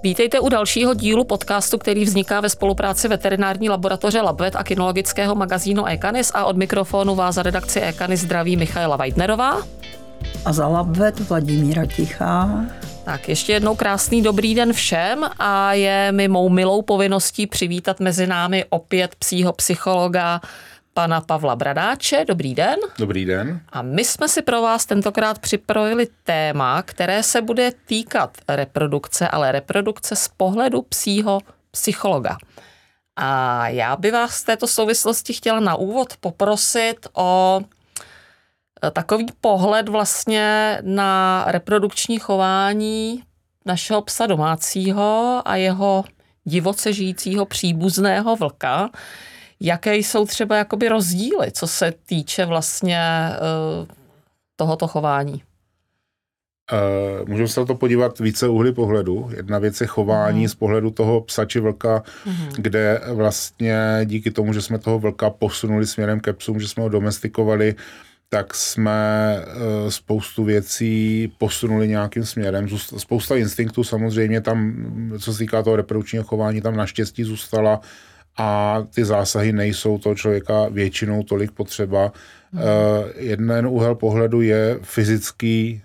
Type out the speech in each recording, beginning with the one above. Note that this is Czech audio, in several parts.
Vítejte u dalšího dílu podcastu, který vzniká ve spolupráci veterinární laboratoře LabVet a kynologického magazínu eCanis a od mikrofonu vás za redakci eCanis zdraví Michaela Weidnerová. A za LabVet Vladimíra Tichá. Tak ještě jednou krásný dobrý den všem a je mi mou milou povinností přivítat mezi námi opět psího psychologa pana Pavla Bradáče. Dobrý den. Dobrý den. A my jsme si pro vás tentokrát připravili téma, které se bude týkat reprodukce, ale reprodukce z pohledu psího psychologa. A já bych vás v této souvislosti chtěla na úvod poprosit o takový pohled vlastně na reprodukční chování našeho psa domácího a jeho divoce žijícího příbuzného vlka. Jaké jsou třeba jakoby rozdíly, co se týče vlastně tohoto chování? Můžeme se na to podívat více úhly pohledu. Jedna věc je chování z pohledu toho psa či vlka, kde vlastně díky tomu, že jsme toho vlka posunuli směrem ke psům, že jsme ho domestikovali, tak jsme spoustu věcí posunuli nějakým směrem. Spousta instinktů samozřejmě tam, co se týká toho reprodukčního chování, tam naštěstí zůstala a ty zásahy nejsou toho člověka většinou tolik potřeba. Jeden úhel pohledu je fyzický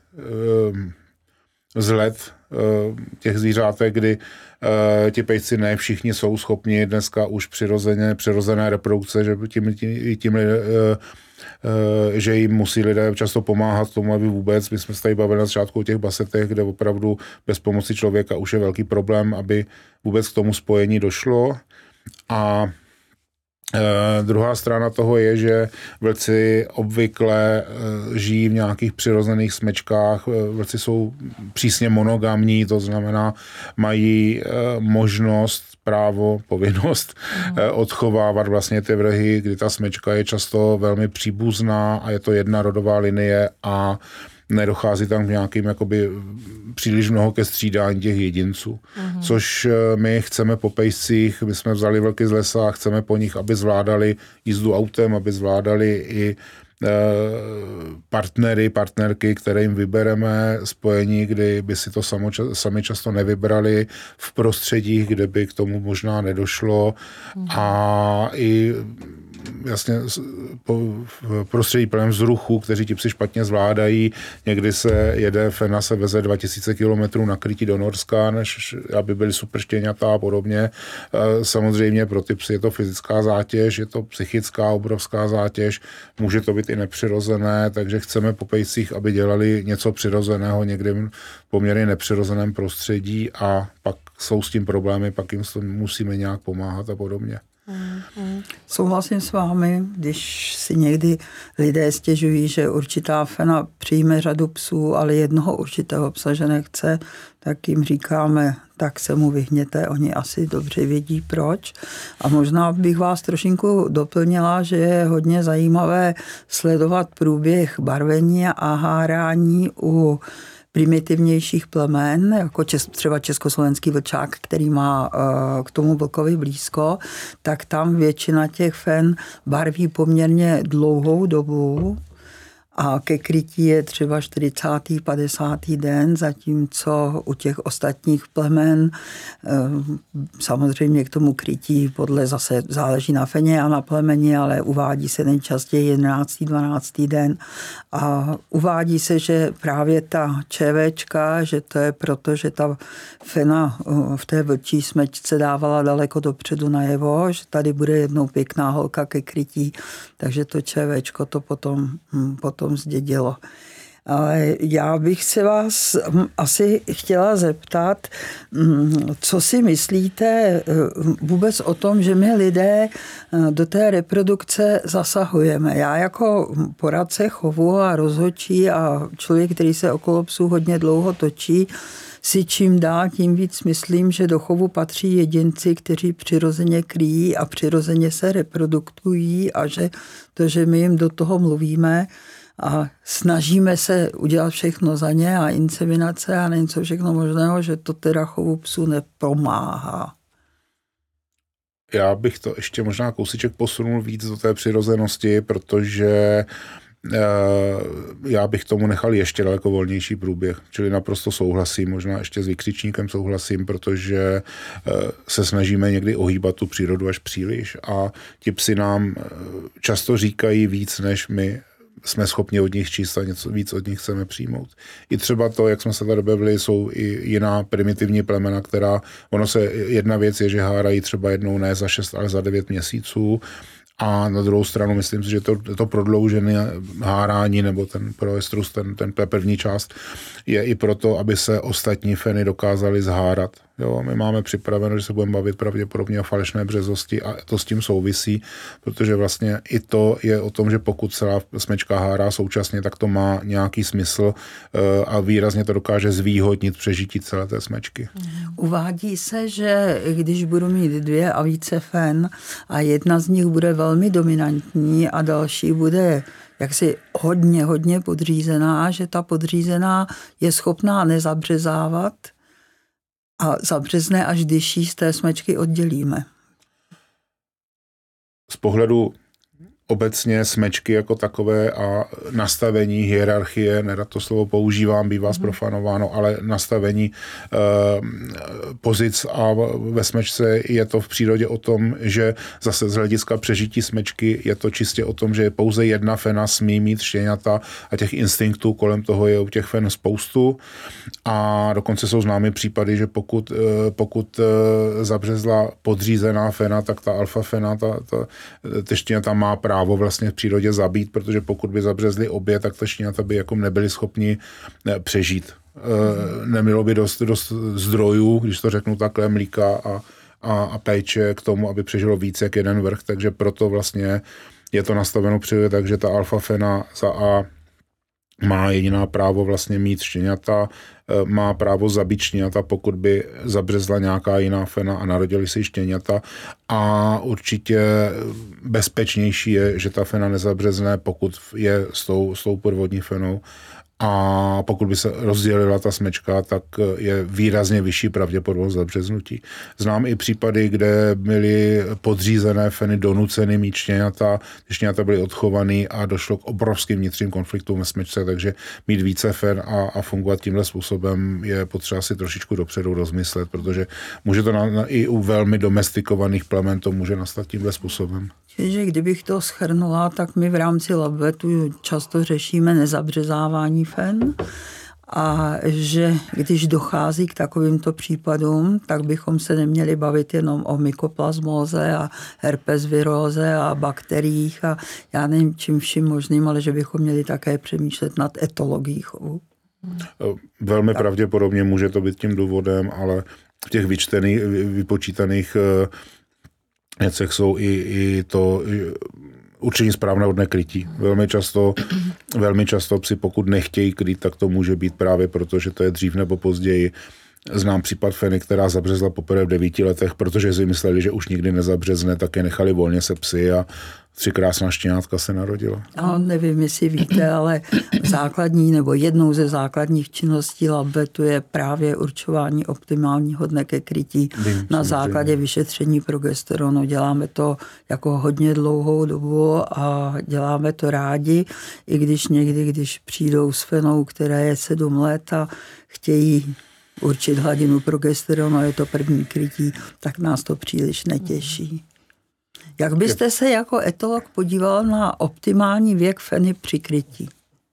vzhled těch zvířátek, kdy ti pejsci ne všichni jsou schopni dneska už přirozené reprodukce, že tím že jim musí lidé často pomáhat tomu, aby vůbec, my jsme se tady bavili na začátku o těch basetech, kde opravdu bez pomoci člověka už je velký problém, aby vůbec k tomu spojení došlo. A druhá strana toho je, že vlci obvykle žijí v nějakých přirozených smečkách. Vlci jsou přísně monogamní, to znamená, mají možnost, právo, povinnost odchovávat vlastně ty vrhy, kdy ta smečka je často velmi příbuzná a je to jedna rodová linie a nedochází tam k nějakým jakoby příliš mnoho ke střídání těch jedinců. Což my chceme po pejscích, my jsme vzali vlky z lesa a chceme po nich, aby zvládali jízdu autem, aby zvládali i partnerky, které jim vybereme, spojení, kdy by si to sami často nevybrali, v prostředích, kde by k tomu možná nedošlo a i jasně v prostředí plném vzruchu, kteří ti psi špatně zvládají. Někdy se jede, fena se veze 2000 kilometrů na krytí do Norska, než aby byly super štěňata a podobně. Samozřejmě pro ty psy je to fyzická zátěž, je to psychická obrovská zátěž, může to být i nepřirozené, takže chceme po pejscích, aby dělali něco přirozeného někdy v poměrně nepřirozeném prostředí a pak jsou s tím problémy, pak jim musíme nějak pomáhat a podobně. Souhlasím s vámi, když si někdy lidé stěžují, že určitá fena přijme řadu psů, ale jednoho určitého psa, že nechce, tak jim říkáme, tak se mu vyhněte, oni asi dobře vědí proč. A možná bych vás trošinku doplnila, že je hodně zajímavé sledovat průběh barvení a hárání u primitivnějších plemen, jako třeba československý vlčák, který má k tomu vlkovi blízko, tak tam většina těch fen barví poměrně dlouhou dobu a ke krytí je třeba 40. 50. den, zatímco u těch ostatních plemen samozřejmě k tomu krytí podle zase záleží na feně a na plemeni, ale uvádí se nejčastěji 11. 12. den a uvádí se, že právě ta čévéčka, že to je proto, že ta fena v té vlčí smečce dávala daleko dopředu najevo, že tady bude jednou pěkná holka ke krytí, takže to čévéčko to potom zdědilo. Ale já bych se vás asi chtěla zeptat, co si myslíte vůbec o tom, že my lidé do té reprodukce zasahujeme. Já jako poradce chovu a rozhodčí a člověk, který se okolo psů hodně dlouho točí, si čím dál tím víc myslím, že do chovu patří jedinci, kteří přirozeně kryjí a přirozeně se reprodukují a že to, že my jim do toho mluvíme a snažíme se udělat všechno za ně a inseminace a něco všechno možného, že to teda chovu psů nepomáhá. Já bych to ještě možná kousíček posunul víc do té přirozenosti, protože já bych tomu nechal ještě daleko volnější průběh. Čili naprosto souhlasím, možná ještě s vykřičníkem souhlasím, protože se snažíme někdy ohýbat tu přírodu až příliš a ti psi nám často říkají víc, než my jsme schopni od nich číst a něco víc od nich chceme přijmout. I třeba to, jak jsme se tady bavili, jsou i jiná primitivní plemena, jedna věc je, že hárají třeba jednou ne za 6, ale za 9 měsíců. A na druhou stranu myslím si, že to prodloužené hárání nebo ten proestrus, ten první část, je i proto, aby se ostatní feny dokázaly zhárat. Jo, my máme připraveno, že se budeme bavit pravděpodobně o falešné březosti a to s tím souvisí, protože vlastně i to je o tom, že pokud celá smečka hárá současně, tak to má nějaký smysl a výrazně to dokáže zvýhodnit přežití celé té smečky. Uvádí se, že když budu mít 2 a více fen a jedna z nich bude velmi dominantní a další bude jaksi hodně podřízená, že ta podřízená je schopná nezabřezávat a zabřezne, až když ji z té smečky oddělíme. Z pohledu obecně smečky jako takové a nastavení hierarchie, nerad to slovo používám, bývá zprofanováno, ale nastavení pozic a ve smečce je to v přírodě o tom, že zase z hlediska přežití smečky je to čistě o tom, že pouze jedna fena smí mít štěňata a těch instinktů kolem toho je u těch fen spoustu a dokonce jsou známy případy, že pokud zabřezla podřízená fena, tak ta alfa fena, ty štěňata má právo vlastně v přírodě zabít, protože pokud by zabřezli obě, tak ta štěňata by jako nebyli schopni přežít. Nemělo by dost zdrojů, když to řeknu takhle, mlíka a péče k tomu, aby přežilo víc jak jeden vrch, takže proto vlastně je to nastaveno přírodě tak, že ta alfa fena za A má jediná právo vlastně mít štěňata, má právo zabít štěňata, pokud by zabřezla nějaká jiná fena a narodili si štěňata. A určitě bezpečnější je, že ta fena nezabřezne, pokud je s tou podvodní fenou. A pokud by se rozdělila ta smečka, tak je výrazně vyšší pravděpodobnost zabřeznutí. Znám i případy, kde byly podřízené feny donuceny mít štěňata, ty štěňata byly odchovaný a došlo k obrovským vnitřním konfliktům ve smečce, takže mít více fen a fungovat tímhle způsobem je potřeba si trošičku dopředu rozmyslet, protože může to i u velmi domestikovaných plemen to může nastat tímhle způsobem. Čiže kdybych to shrnula, tak my v rámci Labvetu často řešíme nezabřezávání fen a že když dochází k takovýmto případům, tak bychom se neměli bavit jenom o mykoplasmóze a herpesviróze a bakteriích a já nevím čím vším možným, ale že bychom měli také přemýšlet nad etologií chovu. Velmi pravděpodobně může to být tím důvodem, ale v těch vypočítaných věcech jsou i to určení správného dne krytí. Velmi často psi, pokud nechtějí krýt, tak to může být právě proto, že to je dřív nebo později. Znám případ feny, která zabřezla poprvé v 9 letech, protože si mysleli, že už nikdy nezabřezne, tak je nechali volně se psy a 3 krásná štěňátka se narodila. No, nevím, jestli víte, ale základní nebo jednou ze základních činností Labvetu je právě určování optimálního dne ke krytí na základě vyšetření progesteronu. Děláme to jako hodně dlouhou dobu a děláme to rádi, i když někdy, když přijdou s fenou, které je 7 let a chtějí určit hladinu progesteronu, je to první krytí, tak nás to příliš netěší. Jak byste se jako etolog podíval na optimální věk feny při krytí?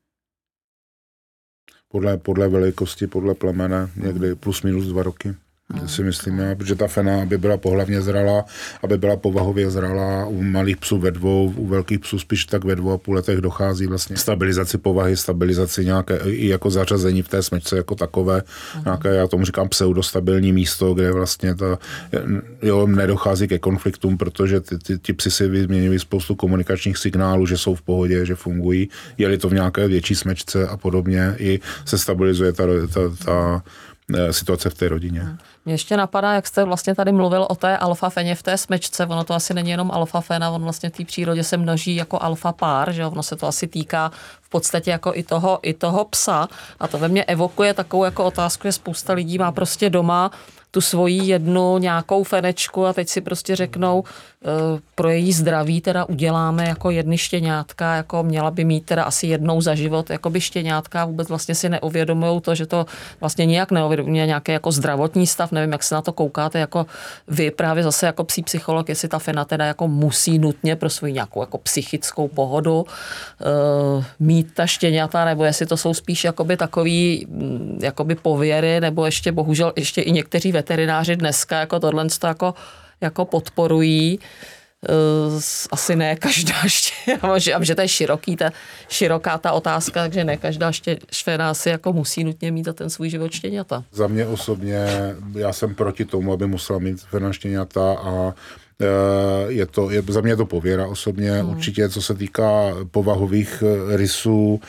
Podle velikosti, podle plemene, někdy plus minus 2 roky. Si myslím, protože ta fena, aby byla pohlavně zralá, aby byla povahově zralá, u malých psů ve 2, u velkých psů spíš tak ve 2,5 letech dochází vlastně stabilizaci povahy, stabilizaci nějaké i jako zařazení v té smečce jako takové, nějaké, já tomu říkám pseudostabilní místo, kde vlastně nedochází ke konfliktům, protože ti psi si vyměňují spoustu komunikačních signálů, že jsou v pohodě, že fungují, je-li to v nějaké větší smečce a podobně, i se stabilizuje ta situace v té rodině. Mě ještě napadá, jak jste vlastně tady mluvil o té alfa feně v té smečce, ono to asi není jenom alfa fena, on vlastně v té přírodě se množí jako alfa pár, že ono se to asi týká v podstatě jako i toho psa a to ve mně evokuje takovou jako otázku, že spousta lidí má prostě doma tu svoji jednu nějakou fenečku a teď si prostě řeknou, pro její zdraví teda uděláme jako jedny štěňátka, jako měla by mít teda asi jednou za život, jako by štěňátka vůbec vlastně si neuvědomujou to, že to vlastně nijak neuvědomuje nějaký jako zdravotní stav, nevím, jak se na to koukáte, jako vy právě zase jako psí psycholog, jestli ta fena teda jako musí nutně pro svou nějakou jako psychickou pohodu mít ta štěňata, nebo jestli to jsou spíš jakoby takový jakoby pověry, nebo ještě bohužel ještě i někteří veterináři dneska jako tohle jako podporují. Asi ne každá že to je široká ta otázka, takže ne každá fena si jako musí nutně mít za ten svůj život štěňata. Za mě osobně, já jsem proti tomu, aby musela mít fena štěňata a za mě je to pověra osobně. Určitě, co se týká povahových rysů,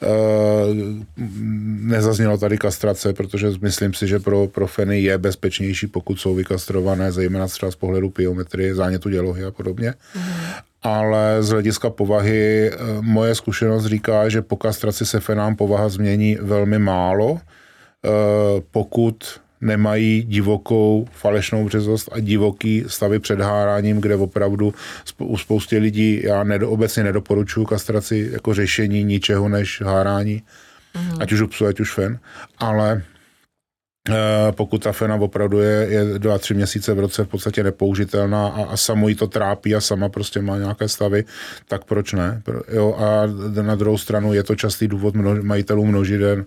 nezaznělo tady kastrace, protože myslím si, že pro feny je bezpečnější, pokud jsou vykastrované, zejména třeba z pohledu pyometrie, zánětu dělohy a podobně. Ale z hlediska povahy moje zkušenost říká, že po kastraci se fenám povaha změní velmi málo, pokud nemají divokou falešnou březost a divoký stavy před háráním, kde opravdu u spousty lidí já obecně nedoporučuji kastraci jako řešení ničeho než hárání, ať už u psu, ať už fen, ale pokud ta fena opravdu je 2-3 měsíce v roce v podstatě nepoužitelná a samo jí to trápí a sama prostě má nějaké stavy, tak proč ne? Jo, a na druhou stranu je to častý důvod majitelů množiden,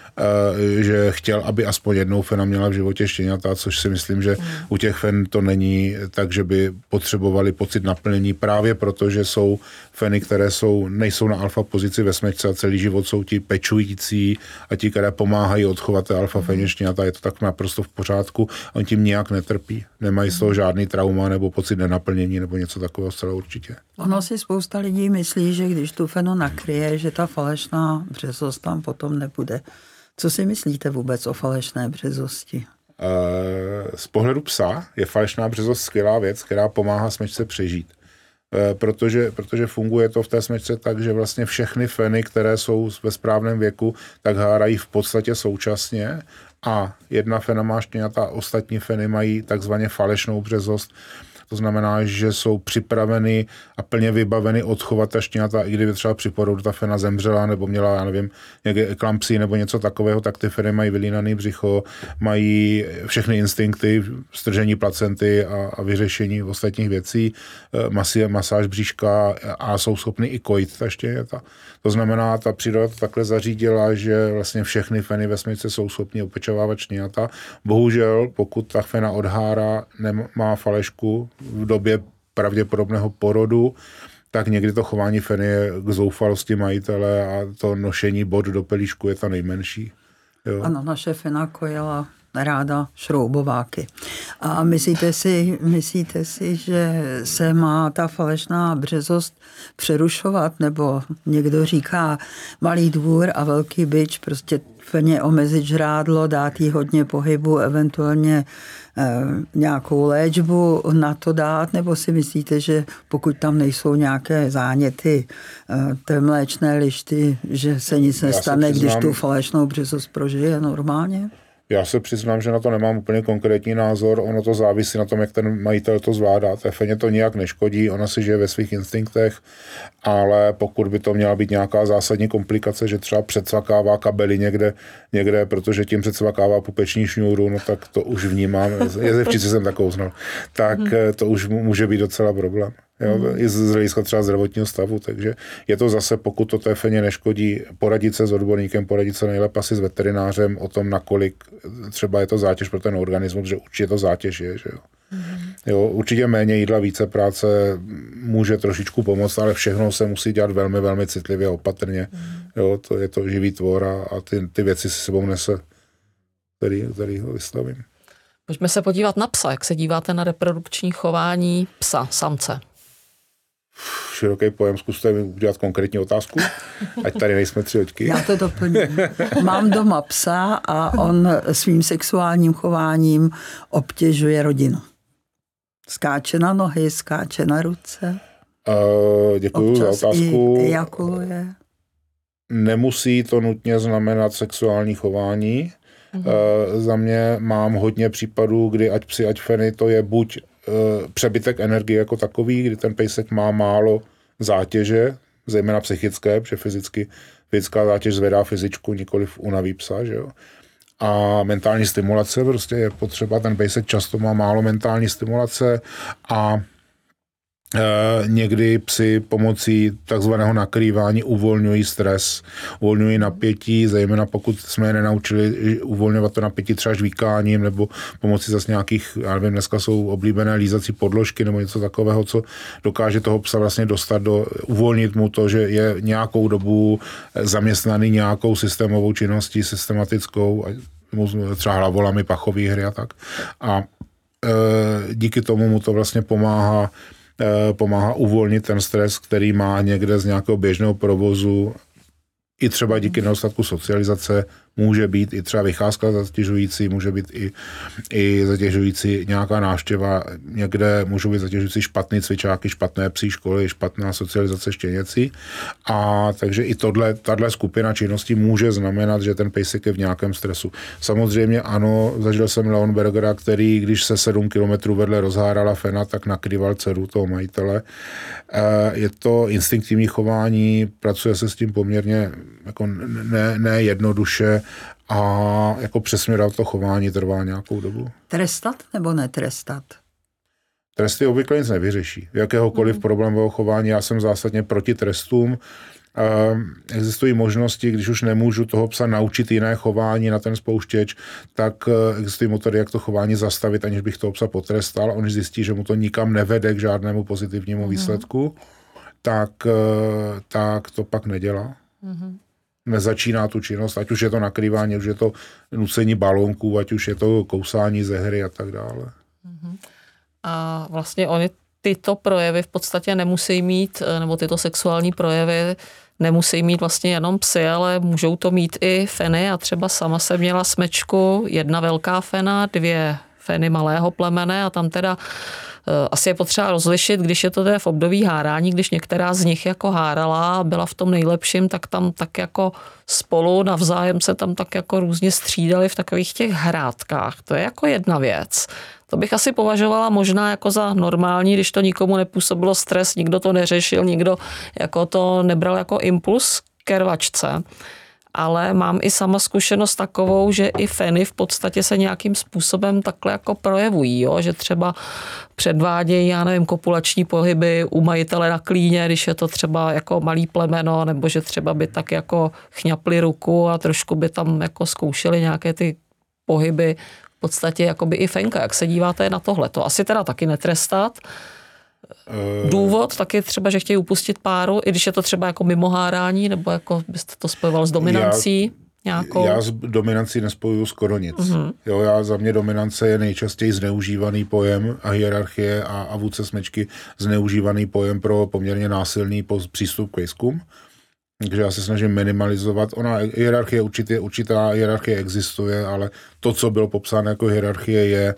že chtěl, aby aspoň jednou fena měla v životě štěňata, což si myslím, že u těch fen to není tak, že by potřebovali pocit naplnění právě proto, že jsou feny, které nejsou na alfa pozici ve smečce a celý život jsou ti pečující a ti, které pomáhají odchovat té alfa feně štěňata, je to tak naprosto v pořádku, on tím nijak netrpí, nemají z toho žádný trauma nebo pocit nenaplnění nebo něco takového zcela určitě. Ono si spousta lidí myslí, že když tu fenu nakryje, že ta falešná březost tam potom nebude. Co si myslíte vůbec o falešné březosti? Z pohledu psa je falešná březost skvělá věc, která pomáhá smečce přežít. Protože funguje to v té smečce tak, že vlastně všechny feny, které jsou ve správném věku, tak hárají v podstatě současně a jedna fena má štěňata, ostatní feny mají takzvaně falešnou březost. To znamená, že jsou připraveny a plně vybaveny odchovat ta štěňata, i kdyby třeba při porodu ta fena zemřela nebo měla, já nevím, nějaké eklampsii nebo něco takového, tak ty feny mají vylínaný břicho, mají všechny instinkty, stržení placenty a vyřešení ostatních věcí, masáž bříška a jsou schopny i kojit ta štěňata. To znamená, ta příroda to takhle zařídila, že vlastně všechny feny ve smyčce jsou schopni opečovávat štěňata. Bohužel, pokud ta fena odhárá, nemá falešku v době pravděpodobného porodu, tak někdy to chování feny je k zoufalosti majitele a to nošení bod do pelíšku je ta nejmenší. Jo. Ano, naše fena kojila ráda šroubováky. A myslíte si, že se má ta falešná březost přerušovat, nebo někdo říká malý dvůr a velký bič, prostě feně omezit žrádlo, dát jí hodně pohybu, eventuálně nějakou léčbu na to dát, nebo si myslíte, že pokud tam nejsou nějaké záněty té mléčné lišty, že se nic nestane, když tu falešnou březost prožije normálně? Já se přiznám, že na to nemám úplně konkrétní názor, ono to závisí na tom, jak ten majitel to zvládá. Té feně to nijak neškodí, ona si žije ve svých instinktech, ale pokud by to měla být nějaká zásadní komplikace, že třeba předsvakává kabely někde, protože tím předsvakává pupeční šňůru, no tak to už vnímám, jezevčici jsem takovou znal, tak to už může být docela problém. Jo, i z hlediska třeba zdravotního stavu, takže je to zase, pokud to té feně neškodí, poradit se s odborníkem, poradit se nejlépe asi s veterinářem o tom, nakolik třeba je to zátěž pro ten organismus, že určitě to zátěž je, že jo. Jo, určitě méně jídla, více práce může trošičku pomoct, ale všechno se musí dělat velmi, velmi citlivě a opatrně. Jo, to je to živý tvor a ty věci si sebou nese, který ho vystavím. Pojďme se podívat na psa. Jak se díváte na reprodukční chování psa, samce? Široký pojem, zkuste mi udělat konkrétní otázku, ať tady nejsme 3 hoďky. Já to doplním. Mám doma psa a on svým sexuálním chováním obtěžuje rodinu. Skáče na nohy, skáče na ruce. Děkuju za otázku. Ejakuluje. Nemusí to nutně znamenat sexuální chování. Za mě mám hodně případů, kdy ať psi, ať feny, to je buď přebytek energie jako takový, kdy ten pejsek má málo zátěže, zejména psychické, protože fyzická zátěž zvedá fyzičku, nikoliv unaví psa, že jo. A mentální stimulace, prostě je potřeba, ten pejsek často má málo mentální stimulace a někdy psi pomocí takzvaného nakrývání uvolňují stres, uvolňují napětí, zejména pokud jsme je nenaučili uvolňovat to napětí třeba žvíkáním nebo pomocí zase nějakých, já nevím, dneska jsou oblíbené lízací podložky nebo něco takového, co dokáže toho psa vlastně dostat uvolnit mu to, že je nějakou dobu zaměstnaný nějakou systémovou činností, systematickou, třeba hlavolami, pachové hry a tak. A díky tomu mu to vlastně pomáhá uvolnit ten stres, který má někde z nějakého běžného provozu, i třeba díky nedostatku socializace, může být i třeba vycházka zatěžující, může být i zatěžující nějaká návštěva, někde můžou být zatěžující špatný cvičáky, špatné psí školy, špatná socializace štěněcí. A takže i tahle skupina činností může znamenat, že ten pejsek je v nějakém stresu. Samozřejmě ano, zažil jsem Leonbergera, který, když se 7 kilometrů vedle rozhárala fena, tak nakryval dceru toho majitele. Je to instinktivní chování, pracuje se s tím poměrně jako ne jednoduše a jako přesměrovat to chování trvá nějakou dobu. Trestat nebo netrestat? Tresty obvykle nic nevyřeší. Jakéhokoliv problémového chování, já jsem zásadně proti trestům. Existují možnosti, když už nemůžu toho psa naučit jiné chování na ten spouštěč, tak existují metody, jak to chování zastavit, aniž bych toho psa potrestal. On zjistí, že mu to nikam nevede k žádnému pozitivnímu výsledku, tak to pak nedělá. Nezačíná tu činnost, ať už je to nakrývání, ať už je to nucení balónků, ať už je to kousání ze hry a tak dále. A vlastně oni tyto projevy v podstatě nemusí mít, nebo tyto sexuální projevy nemusí mít vlastně jenom psy, ale můžou to mít i feny a třeba sama jsem měla smečku, 1 velká fena, 2 feny malého plemene a tam teda asi je potřeba rozlišit, když je to v období hárání, když některá z nich jako hárala a byla v tom nejlepším, tak tam tak jako spolu navzájem se tam tak jako různě střídali v takových těch hrádkách. To je jako jedna věc. To bych asi považovala možná jako za normální, když to nikomu nepůsobilo stres, nikdo to neřešil, nikdo jako to nebral jako impuls ke rvačce. Ale mám i sama zkušenost takovou, že i feny v podstatě se nějakým způsobem takhle jako projevují, jo? Že třeba předvádějí, já nevím, kopulační pohyby u majitele na klíně, když je to třeba jako malý plemeno, nebo že třeba by tak jako chňapli ruku a trošku by tam jako zkoušeli nějaké ty pohyby, v podstatě jakoby i fenka. Jak se díváte na tohle? To asi teda taky netrestat. Důvod taky třeba, že chtějí upustit páru, i když je to třeba jako mimo hárání, nebo jako byste to spojoval s dominancí nějakou? Já s dominancí nespojuju skoro nic. Jo, za mě dominance je nejčastěji zneužívaný pojem a hierarchie a vůdce smečky zneužívaný pojem pro poměrně násilný přístup k pejskům. Takže já se snažím minimalizovat. Určitá hierarchie existuje, ale to, co bylo popsáno jako hierarchie,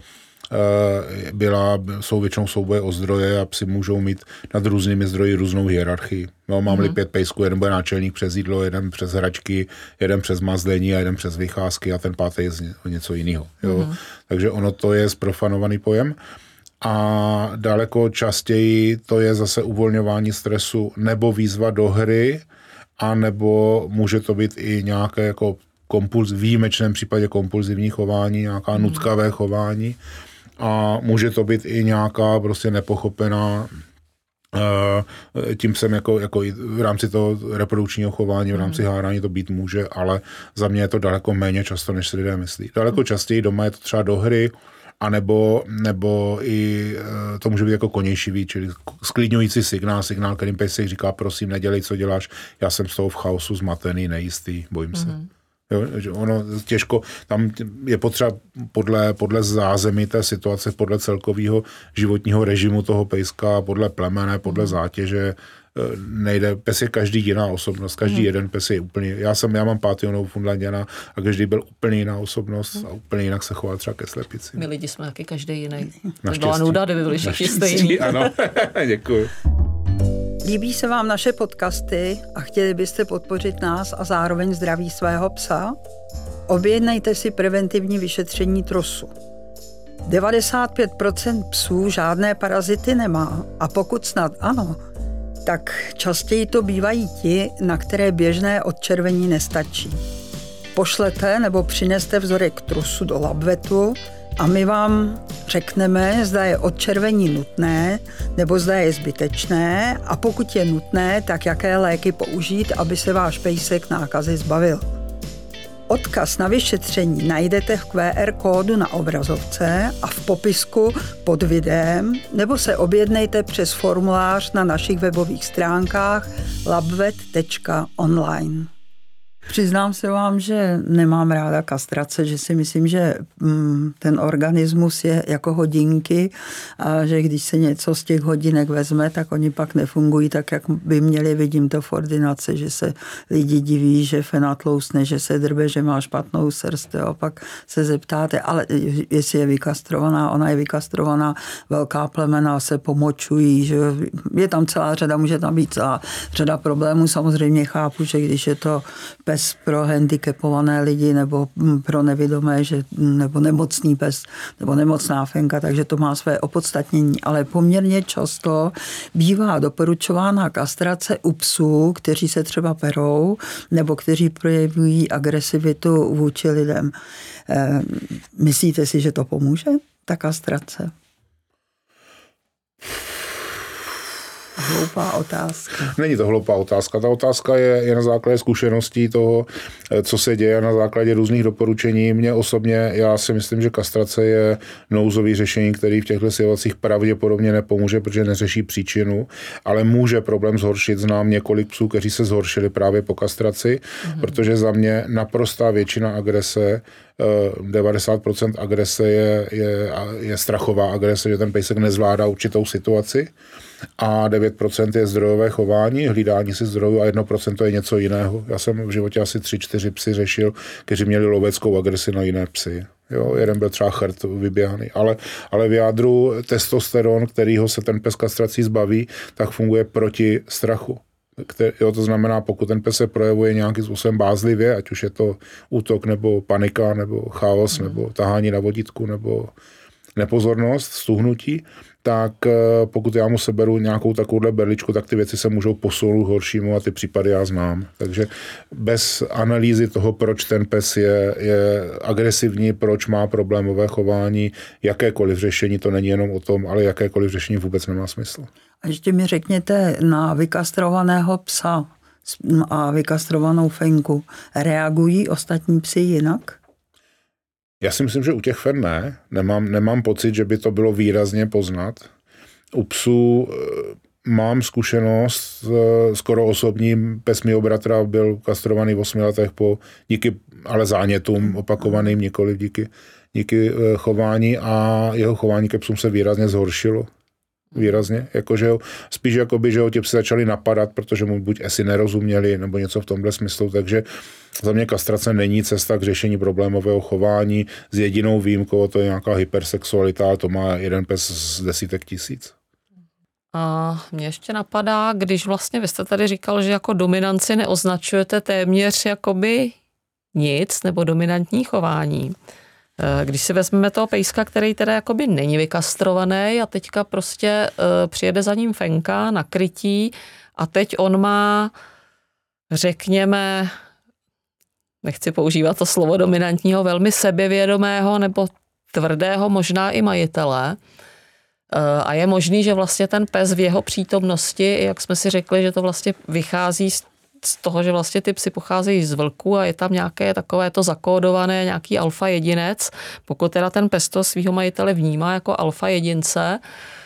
jsou většinou souboje o zdroje a psi můžou mít nad různými zdroji různou hierarchii. No, mám-li 5 pejsků, jeden bude náčelník přes jídlo, jeden přes hračky, jeden přes mazlení a jeden přes vycházky a ten 5. je něco jiného. Jo? Takže ono to je zprofanovaný pojem. A daleko častěji to je zase uvolňování stresu nebo výzva do hry, a nebo může to být i nějaké jako v výjimečném případě kompulzivní chování, nějaká nutkavé chování. A může to být i nějaká prostě nepochopená, tím jsem jako v rámci toho reprodukčního chování, v rámci hárání to být může, ale za mě je to daleko méně často, než si lidé myslí. Daleko častěji doma je to třeba do hry, nebo i to může být jako konějšivý, čili sklidňující signál, kterým pejsek říká, prosím, nedělej, co děláš, já jsem z toho v chaosu zmatený, nejistý, bojím se. Jo, že ono těžko, tam je potřeba podle zázemí té situace, podle celkového životního režimu toho pejska, podle plemene, podle zátěže, nejde, pes je každý jiná osobnost, každý jeden pes je úplně, já mám Pátionovou Fundlandiana a každý byl úplně jiná osobnost a úplně jinak se choval třeba ke slepici. My lidi jsme taky každý jiný. To byla nuda, kdyby byli všichni stejní. Ano, děkuji. Líbí se vám naše podcasty a chtěli byste podpořit nás a zároveň zdraví svého psa? objednejte si preventivní vyšetření trosu. 95% psů žádné parazity nemá a pokud snad ano, tak častěji to bývají ti, na které běžné odčervení nestačí. Pošlete nebo přineste vzorek trusu do labvetu a my vám řekneme, zda je odčervení nutné nebo zda je zbytečné a pokud je nutné, tak jaké léky použít, aby se váš pejsek nákazy zbavil. Odkaz na vyšetření najdete v QR kódu na obrazovce a v popisku pod videem nebo se objednejte přes formulář na našich webových stránkách labvet.online. Přiznám se vám, že nemám ráda kastrace, že si myslím, že ten organismus je jako hodinky a že když se něco z těch hodinek vezme, tak oni pak nefungují tak, jak by měli. Vidím to v ordinaci, že se lidi diví, že fena tlousne, že se drbe, že má špatnou srst, a pak se zeptáte, ale jestli je vykastrovaná, ona je vykastrovaná, velká plemena se pomočují, že je tam celá řada, může tam být celá řada problémů. Samozřejmě chápu, že když je to pes pro handicapované lidi nebo pro nevidomé, nebo nemocný pes nebo nemocná fenka, takže to má své opodstatnění, ale poměrně často bývá doporučována kastrace u psů, kteří se třeba perou nebo kteří projevují agresivitu vůči lidem. Myslíte si, že to pomůže, ta kastrace? Hloupá otázka. Není to hloupá otázka. Ta otázka je na základě zkušeností toho, co se děje, na základě různých doporučení. Mně osobně, já si myslím, že kastrace je nouzový řešení, který v těchto situacích pravděpodobně nepomůže, protože neřeší příčinu, ale může problém zhoršit. Znám několik psů, kteří se zhoršili právě po kastraci, protože za mě naprostá většina agrese, 90% agrese je strachová agrese, že ten pejsek nezvládá určitou situaci a 9% je zdrojové chování, hlídání si zdrojů a 1% je něco jiného. Já jsem v životě asi 3-4 psy řešil, kteří měli loveckou agresi na jiné psy. Jo, jeden byl třeba chrt vyběhaný, ale v jádru testosteron, kterýho se ten pes kastrací zbaví, tak funguje proti strachu. To znamená, pokud ten pes se projevuje nějakým způsobem bázlivě, ať už je to útok, nebo panika, nebo chaos, nebo tahání na vodítku, nebo nepozornost, stuhnutí, tak pokud já mu seberu nějakou takovouhle berličku, tak ty věci se můžou posunout horšímu a ty případy já znám. Takže bez analýzy toho, proč ten pes je agresivní, proč má problémové chování, jakékoliv řešení, to není jenom o tom, ale jakékoliv řešení vůbec nemá smysl. A ještě mi řekněte, na vykastrovaného psa a vykastrovanou fenku reagují ostatní psi jinak? Já si myslím, že u těch fen ne. Nemám pocit, že by to bylo výrazně poznat. U psů mám zkušenost skoro osobní. Pes mýho bratra byl kastrovaný v 8 letech díky ale zánětům opakovaným, nikoliv díky chování a jeho chování ke psům se výrazně zhoršilo. Výrazně, spíš jakoby, že ho ti psi začali napadat, protože mu buď asi nerozuměli, nebo něco v tomhle smyslu, takže za mě kastrace není cesta k řešení problémového chování s jedinou výjimkou, to je nějaká hypersexualita, ale to má jeden pes z desítek tisíc. A mě ještě napadá, když vlastně vy jste tady říkal, že jako dominanci neoznačujete téměř jakoby nic, nebo dominantní chování. Když si vezmeme toho pejska, který teda jakoby není vykastrovaný a teďka prostě přijede za ním fenka na krytí a teď on má, řekněme, nechci používat to slovo dominantního, velmi sebevědomého nebo tvrdého možná i majitele. A je možný, že vlastně ten pes v jeho přítomnosti, jak jsme si řekli, že to vlastně vychází z toho, že vlastně ty psy pocházejí z vlku a je tam nějaké takové to zakódované, nějaký alfa jedinec. Pokud teda ten pes to svýho majitele vnímá jako alfa jedince,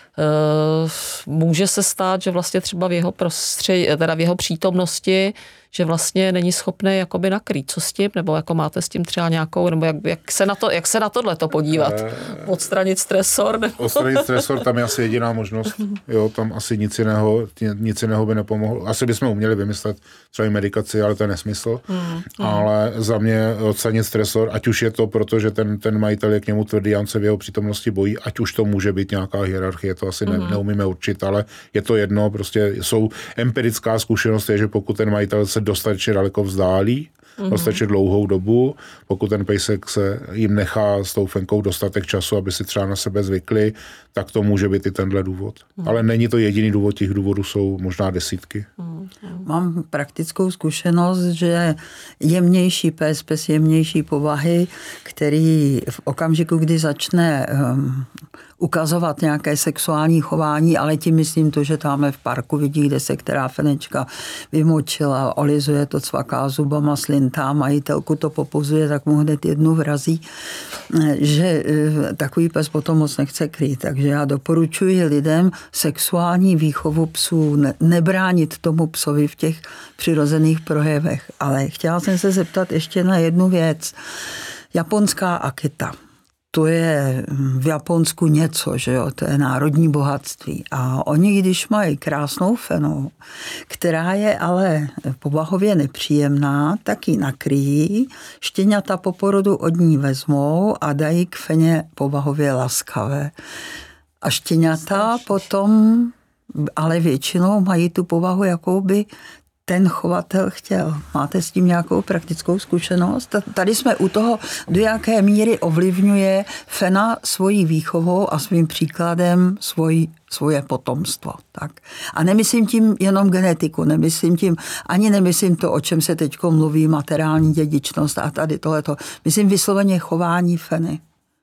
může se stát, že vlastně třeba v jeho prostředí, teda v jeho přítomnosti, že vlastně není schopný jakoby nakrýt. Co s tím? Nebo jako máte s tím třeba nějakou, nebo jak se na tohleto podívat? Odstranit stresor? Nebo? Odstranit stresor, tam je asi jediná možnost. Jo, tam asi nic jiného by nepomohlo. Asi bychom uměli vymyslet třeba i medikaci, ale to je nesmysl. Ale za mě odstranit stresor, ať už je to proto, že ten majitel je k němu tvrdý, on se v jeho přítomnosti bojí, ať už to může být nějaká hierarchie, to asi neumíme určit, ale je to jedno, prostě jsou empirická zkušenost, je, že pokud ten majitel se dostatečně daleko vzdálí, dostatečně dlouhou dobu. Pokud ten pejsek se jim nechá s tou fenkou dostatek času, aby si třeba na sebe zvykli, tak to může být i tenhle důvod. Ale není to jediný důvod, těch důvodů jsou možná desítky. Mám praktickou zkušenost, že jemnější pes jemnější povahy, který v okamžiku, kdy začne ukazovat nějaké sexuální chování, ale tím myslím to, že tam v parku vidí, kde se která fenečka vymočila, olizuje to, cvaká zubama, slintá, majitelku to popozuje, tak mu hned jednu vrazí, že takový pes potom moc nechce krýt. Takže já doporučuji lidem sexuální výchovu psů, nebránit tomu psovi v těch přirozených projevech. Ale chtěla jsem se zeptat ještě na jednu věc. Japonská Akita. To je v Japonsku něco, že jo, to je národní bohatství. A oni, když mají krásnou fenu, která je ale povahově nepříjemná, tak ji nakryjí, štěňata po porodu od ní vezmou a dají k feně povahově laskavé. A štěňata potom, ale většinou mají tu povahu, jakou by ten chovatel chtěl. Máte s tím nějakou praktickou zkušenost? Tady jsme u toho, do jaké míry ovlivňuje fena svojí výchovou a svým příkladem svoje potomstvo. Tak. A nemyslím tím jenom genetiku, nemyslím to, o čem se teď mluví, materiální dědičnost a tady tohleto. Myslím vysloveně chování feny.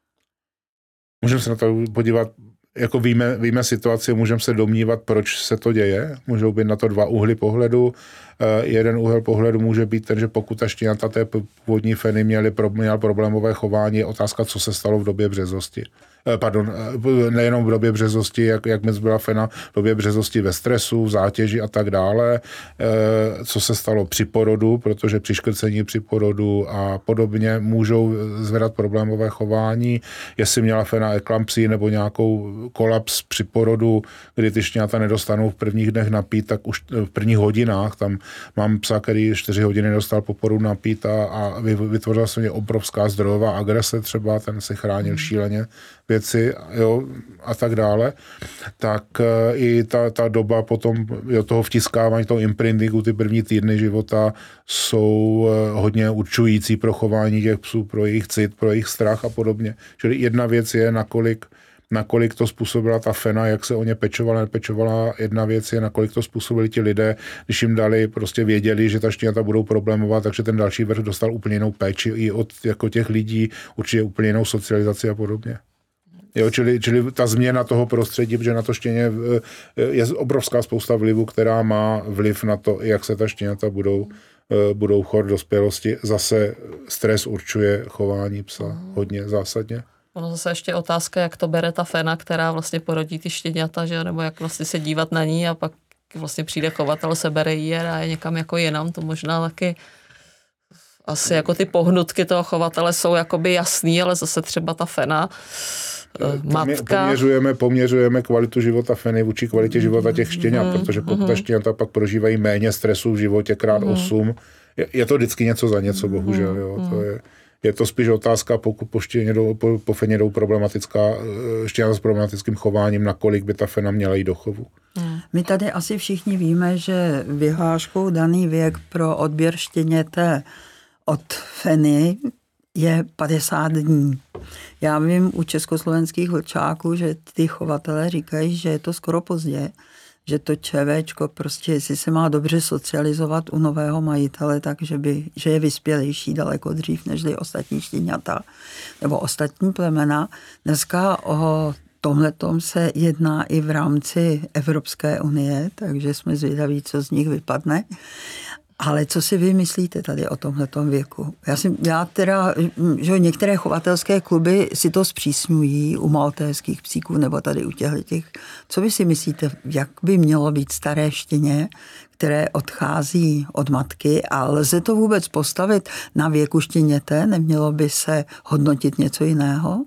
Můžeme se na to podívat, jako víme situaci, můžeme se domnívat, proč se to děje. Můžou být na to dva úhly pohledu. Jeden úhel pohledu může být ten, že pokud ta štěňata té původní feny měl problémové chování, je otázka, co se stalo v době březosti. Nejenom v době březosti, jak mi byla fena v době březosti ve stresu, v zátěži a tak dále, co se stalo při porodu, protože při škrcení při porodu a podobně můžou zvedat problémové chování, jestli měla fena eklampsii nebo nějakou kolaps při porodu, kdy ty štěňata nedostanou v prvních dnech napít, tak už v prvních hodinách, tam mám psa, který 4 hodiny dostal po porodu napít a vytvořila se mě obrovská zdrojová agrese třeba, ten se chránil šíleně věci, jo, a tak dále, tak i ta doba potom toho vtiskávání, toho imprintingu, ty první týdny života jsou hodně určující pro chování těch psů, pro jejich cit, pro jejich strach a podobně. Čili jedna věc je, nakolik to způsobila ta fena, jak se o ně pečovala, nepečovala. Jedna věc je, nakolik to způsobili ti lidé, když jim dali, prostě věděli, že ta štěňata budou problémovat, takže ten další vrch dostal úplně jinou péči i od jako těch lidí, určitě úplně jinou socializaci a podobně. Jo, čili ta změna toho prostředí, protože na to štěně je obrovská spousta vlivu, která má vliv na to, jak se ta štěňata budou chovat v dospělosti. Zase stres určuje chování psa hodně zásadně. Ono zase ještě otázka, jak to bere ta fena, která vlastně porodí ty štěňata, že? Nebo jak vlastně se dívat na ní a pak vlastně přijde chovatel, sebere jí a je někam jako jinam, to možná taky asi jako ty pohnutky toho chovatele jsou jakoby jasný, ale zase třeba ta fena, matka. Poměřujeme kvalitu života feny vůči kvalitě života těch štěňat, protože pokud ta štěňata pak prožívají méně stresu v životě krát 8, je to vždycky něco za něco, bohužel. Jo, je to spíš otázka, pokud po feně jdou problematická štěňata s problematickým chováním, nakolik by ta fena měla jít do chovu. My tady asi všichni víme, že vyhláškou daný věk pro odběr štěněte od feny je 50 dní. Já vím u československých vlčáků, že ty chovatelé říkají, že je to skoro pozdě, že to ČVčko prostě, jestli se má dobře socializovat u nového majitele, takže že je vyspělejší daleko dřív nežli ostatní štěňata nebo ostatní plemena. Dneska o tomhletom se jedná i v rámci Evropské unie, takže jsme zvědaví, co z nich vypadne. Ale co si vy myslíte tady o tomhletom věku? Já teda, že některé chovatelské kluby si to zpřísňují u maltéských psíků nebo tady u těch. Co vy si myslíte, jak by mělo být staré štěně, které odchází od matky a lze to vůbec postavit na věku štěněte? Nemělo by se hodnotit něco jiného?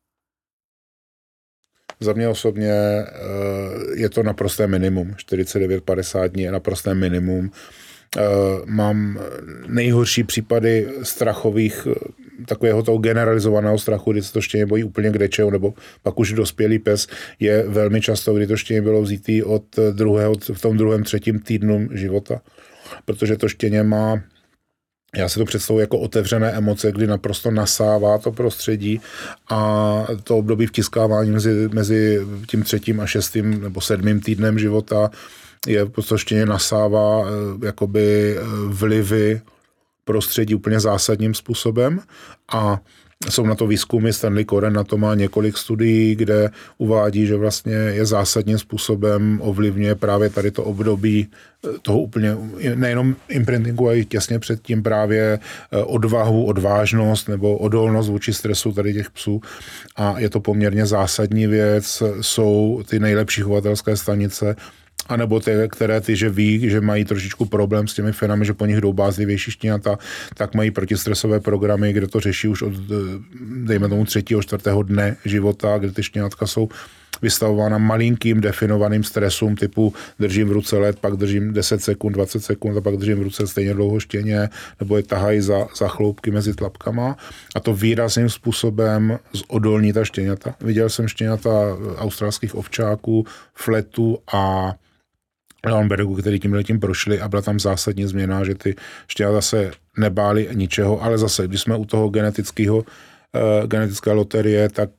Za mě osobně je to naprosté minimum. 49-50 dní je naprosté minimum. Mám nejhorší případy strachových, takového toho generalizovaného strachu, kdy se to štěně bojí úplně kdečeho, nebo pak už dospělý pes je velmi často, kdy to štěně bylo vzítý v tom 2., 3. týdnu života, protože to štěně má Já si to představuji jako otevřené emoce, kdy naprosto nasává to prostředí a to období vtiskávání mezi tím 3. a 6. nebo 7. týdnem života je v podstatě nasává jakoby vlivy prostředí úplně zásadním způsobem a jsou na to výzkumy, Stanley Coren na to má několik studií, kde uvádí, že vlastně je zásadním způsobem ovlivňuje právě tady to období toho úplně, nejenom imprintingu, ale i těsně předtím právě odvahu, odvážnost nebo odolnost vůči stresu tady těch psů. A je to poměrně zásadní věc, jsou ty nejlepší chovatelské stanice, anebo ty, které že ví, že mají trošičku problém s těmi fenami, že po nich jdou bázlivější štěňata, tak mají protistresové programy, kde to řeší už od, dejme tomu, 3. 4. dne života, kde ty štěňatka jsou vystavována malinkým definovaným stresům typu držím v ruce led, pak držím 10 sekund, 20 sekund a pak držím v ruce stejně dlouho štěně, nebo je tahají za chloupky mezi tlapkama a to výrazným způsobem zodolní ta štěňata. Viděl jsem štěňata australských ovčáků, fletu a Leonbergu, který tímhletím prošli a byla tam zásadní změna, že ty štěňata se nebáli ničeho, ale zase, když jsme u toho genetické loterie, tak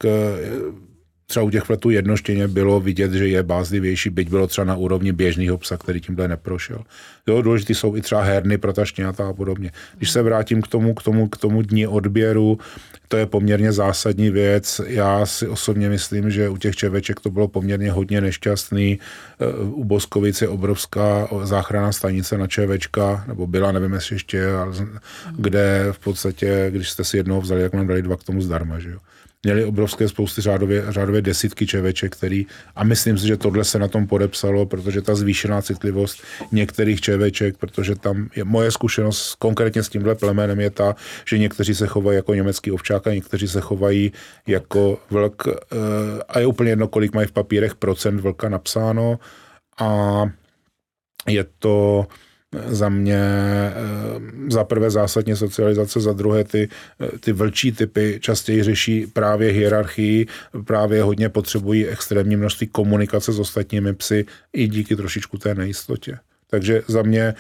třeba u těch fletů jedno štěně bylo vidět, že je bázlivější, byť bylo třeba na úrovni běžného psa, který tímhle neprošel. Jo, důležitý jsou i třeba herny pro ta štěňata a podobně. Když se vrátím k tomu dni odběru, to je poměrně zásadní věc. Já si osobně myslím, že u těch čeveček to bylo poměrně hodně nešťastný. U Boskovic je obrovská záchranná stanice na čevečka, nebo byla, nevím jestli ještě, kde v podstatě, když jste si jednoho vzali, jak nám dali 2 k tomu zdarma, že jo. Měli obrovské spousty řádově desítky čeveček, a myslím si, že tohle se na tom podepsalo, protože ta zvýšená citlivost některých čeveček, protože tam je moje zkušenost konkrétně s tímhle plemenem je ta, že někteří se chovají jako německý ovčák a někteří se chovají jako vlk a je úplně jedno, kolik mají v papírech procent vlka napsáno a je to za mě za prvé zásadně socializace, za druhé ty vlčí typy častěji řeší právě hierarchii, právě hodně potřebují extrémní množství komunikace s ostatními psy i díky trošičku té nejistotě. Takže za mě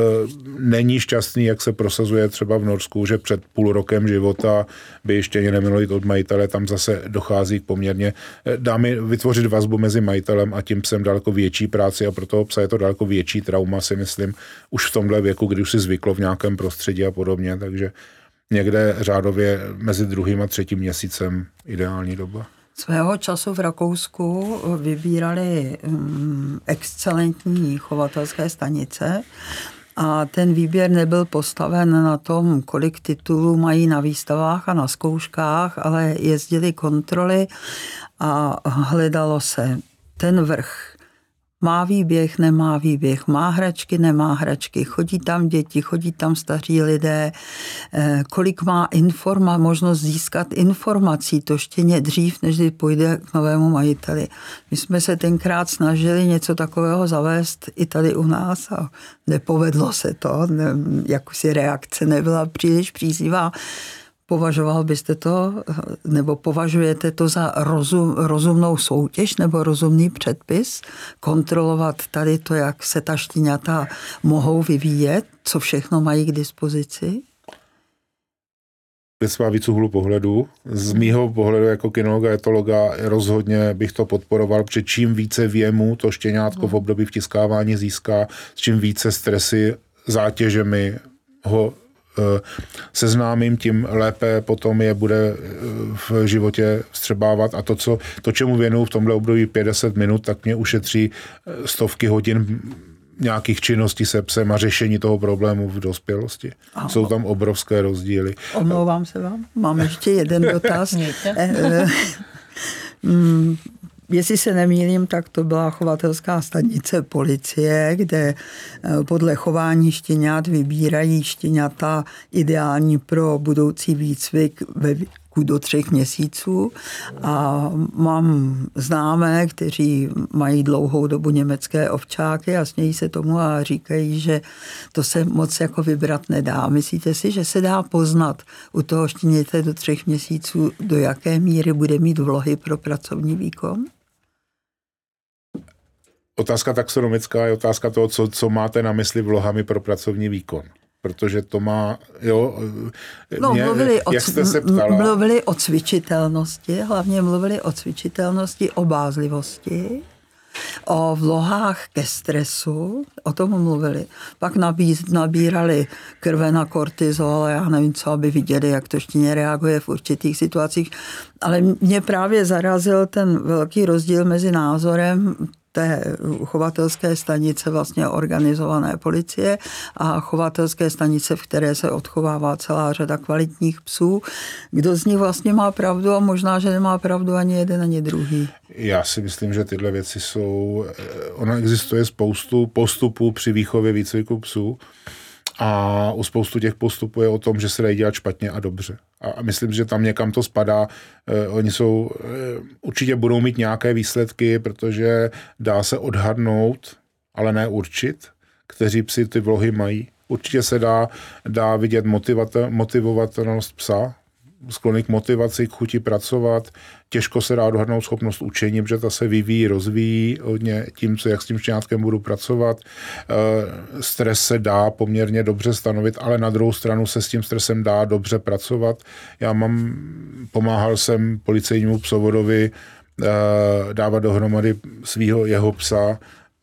není šťastný, jak se prosazuje třeba v Norsku, že před půl rokem života by ještě nemělo jít od majitele, tam zase dochází k poměrně, dáme vytvořit vazbu mezi majitelem a tím psem daleko větší práci a pro toho psa je to daleko větší trauma, si myslím, už v tomhle věku, kdy už si zvyklo v nějakém prostředí a podobně, takže někde řádově mezi 2. a 3. měsícem ideální doba. Svého času v Rakousku vybírali excelentní chovatelské stanice a ten výběr nebyl postaven na tom, kolik titulů mají na výstavách a na zkouškách, ale jezdili kontroly a hledalo se ten vrch. Má výběh, nemá výběh, má hračky, nemá hračky, chodí tam děti, chodí tam staří lidé, kolik má možnost získat informací, to štěně dřív, než půjde k novému majiteli. My jsme se tenkrát snažili něco takového zavést i tady u nás a nepovedlo se to, jakosi reakce nebyla příliš příznivá. Považoval byste to, nebo považujete to za rozumnou soutěž nebo rozumný předpis? Kontrolovat tady to, jak se ta štěňata mohou vyvíjet, co všechno mají k dispozici? Věc má víc úhlu pohledu. Z mýho pohledu jako kinologa, etologa rozhodně bych to podporoval, protože čím více věmu to štěňátko v období vtiskávání získá, s čím více stresy, zátěžemi ho seznámím, tím lépe potom je bude v životě vstřebávat a to čemu věnuju v tomhle období 50 minut, tak mě ušetří stovky hodin nějakých činností se psem a řešení toho problému v dospělosti. Jsou tam obrovské rozdíly. Omlouvám se vám, mám ještě jeden dotaz. Jestli se nemýlím, tak to byla chovatelská stanice policie, kde podle chování štěňat vybírají štěňata ideální pro budoucí výcvik ve věku do 3 měsíců. A mám známé, kteří mají dlouhou dobu německé ovčáky a smějí se tomu a říkají, že to se moc jako vybrat nedá. Myslíte si, že se dá poznat u toho štěněte do 3 měsíců, do jaké míry bude mít vlohy pro pracovní výkon? Otázka taxonomická je otázka toho, co máte na mysli vlohami pro pracovní výkon. protože to má, jo, jak jste se ptala. Mluvili o cvičitelnosti, hlavně mluvili o cvičitelnosti, o bázlivosti, o vlohách ke stresu, o tom mluvili. Pak nabírali krve na kortizol, já nevím co, aby viděli, jak to štěně reaguje v určitých situacích. Ale mě právě zarazil ten velký rozdíl mezi názorem té chovatelské stanice vlastně organizované policie a chovatelské stanice, v které se odchovává celá řada kvalitních psů. Kdo z nich vlastně má pravdu a možná, že nemá pravdu ani jeden, ani druhý. Já si myslím, že tyhle věci jsou... Ono existuje spoustu postupů při výchově výcviku psů a u spoustu těch postupů je o tom, že se dají dělat špatně a dobře. A myslím, že tam někam to spadá. Oni jsou, určitě budou mít nějaké výsledky, protože dá se odhadnout, ale ne určit, kteří psi ty vlohy mají. Určitě se dá vidět motivovatelnost psa, sklony k motivaci, k chuti pracovat. Těžko se dá odhadnout schopnost učení, protože ta se vyvíjí, rozvíjí hodně tím, jak s tím štěňátkem budu pracovat. Stres se dá poměrně dobře stanovit, ale na druhou stranu se s tím stresem dá dobře pracovat. Pomáhal jsem policejnímu psovodovi dávat dohromady jeho psa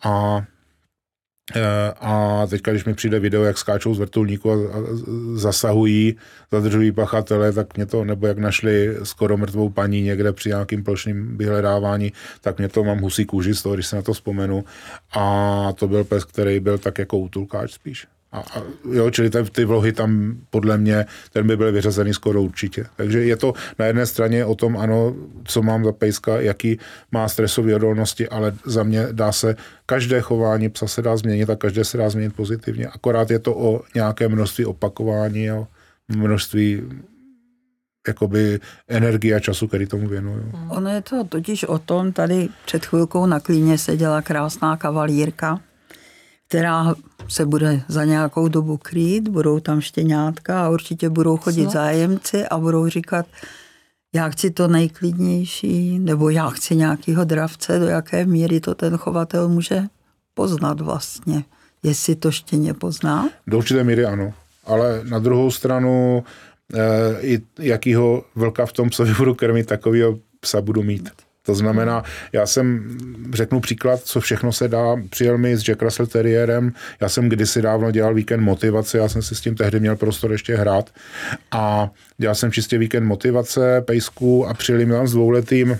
a teďka, když mi přijde video, jak skáčou z vrtulníku a zasahují, zadržují pachatele, tak mě to, nebo jak našli skoro mrtvou paní někde při nějakým plošným vyhledávání, tak mě to mám husí kůži z toho, když se na to vzpomenu. A to byl pes, který byl tak jako útulkáč spíš. Jo, čili ty vlohy tam podle mě, ten by byl vyřazený skoro určitě. Takže je to na jedné straně o tom, ano, co mám za pejska, jaký má stresové odolnosti, ale za mě dá se, každé chování psa se dá změnit a každé se dá změnit pozitivně. Akorát je to o nějaké množství opakování, o množství jakoby energie a času, který tomu věnuju. Ono je to totiž o tom, tady před chvilkou na klíně seděla krásná kavalírka, která se bude za nějakou dobu krýt, budou tam štěňátka a určitě budou chodit zájemci a budou říkat, já chci to nejklidnější, nebo já chci nějakýho dravce, do jaké míry to ten chovatel může poznat vlastně. Jestli to štěně pozná? Do určité míry ano, ale na druhou stranu i jakýho vlka v tom psovi budu krmit, takovýho psa budu mít. To znamená, řeknu příklad, co všechno se dá. Přijel mi s Jack Russell Terrierem, já jsem kdysi dávno dělal víkend motivace, já jsem si s tím tehdy měl prostor ještě hrát a dělal jsem čistě víkend motivace pejsků a přijeli mi tam s 2letým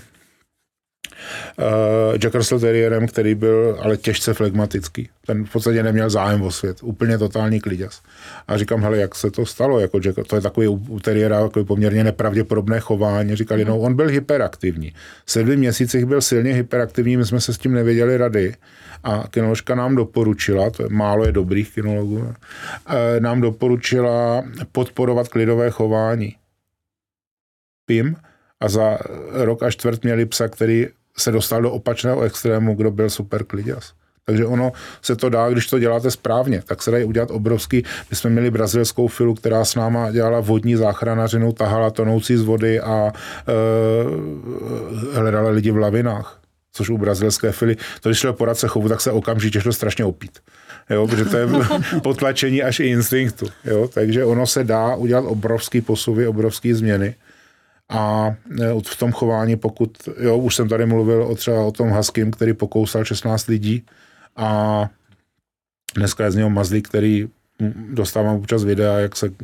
Jack Russell Terrierem, který byl ale těžce flegmatický. Ten v podstatě neměl zájem o svět. Úplně totální kliděs. A říkám, hele, jak se to stalo? Jako Jack, to je takový u Terriera takový poměrně nepravděpodobné chování. Říkali, no, on byl hyperaktivní. V 7 měsících byl silně hyperaktivní, my jsme se s tím nevěděli rady. A kynoložka nám doporučila, to je málo je dobrých kynologů, nám doporučila podporovat klidové chování. PIM. A za rok a čtvrt měli psa, který se dostal do opačného extrému, kdo byl super kliděs. Takže ono se to dá, když to děláte správně, tak se dají udělat obrovský. My jsme měli brazilskou filu, která s náma dělala vodní záchranařinu, tahala tonoucí z vody a hledala lidi v lavinách. Což u brazilské fily, to když šlo poradce chovu, tak se okamžitě šlo strašně opít. Jo, protože to je potlačení až i instinktu. Jo, takže ono se dá udělat obrovský posuvy, obrovský změny. A v tom chování, pokud, jo, už jsem tady mluvil třeba o tom huskym, který pokousal 16 lidí a dneska je z něho mazlík, který dostávám občas videa, jak se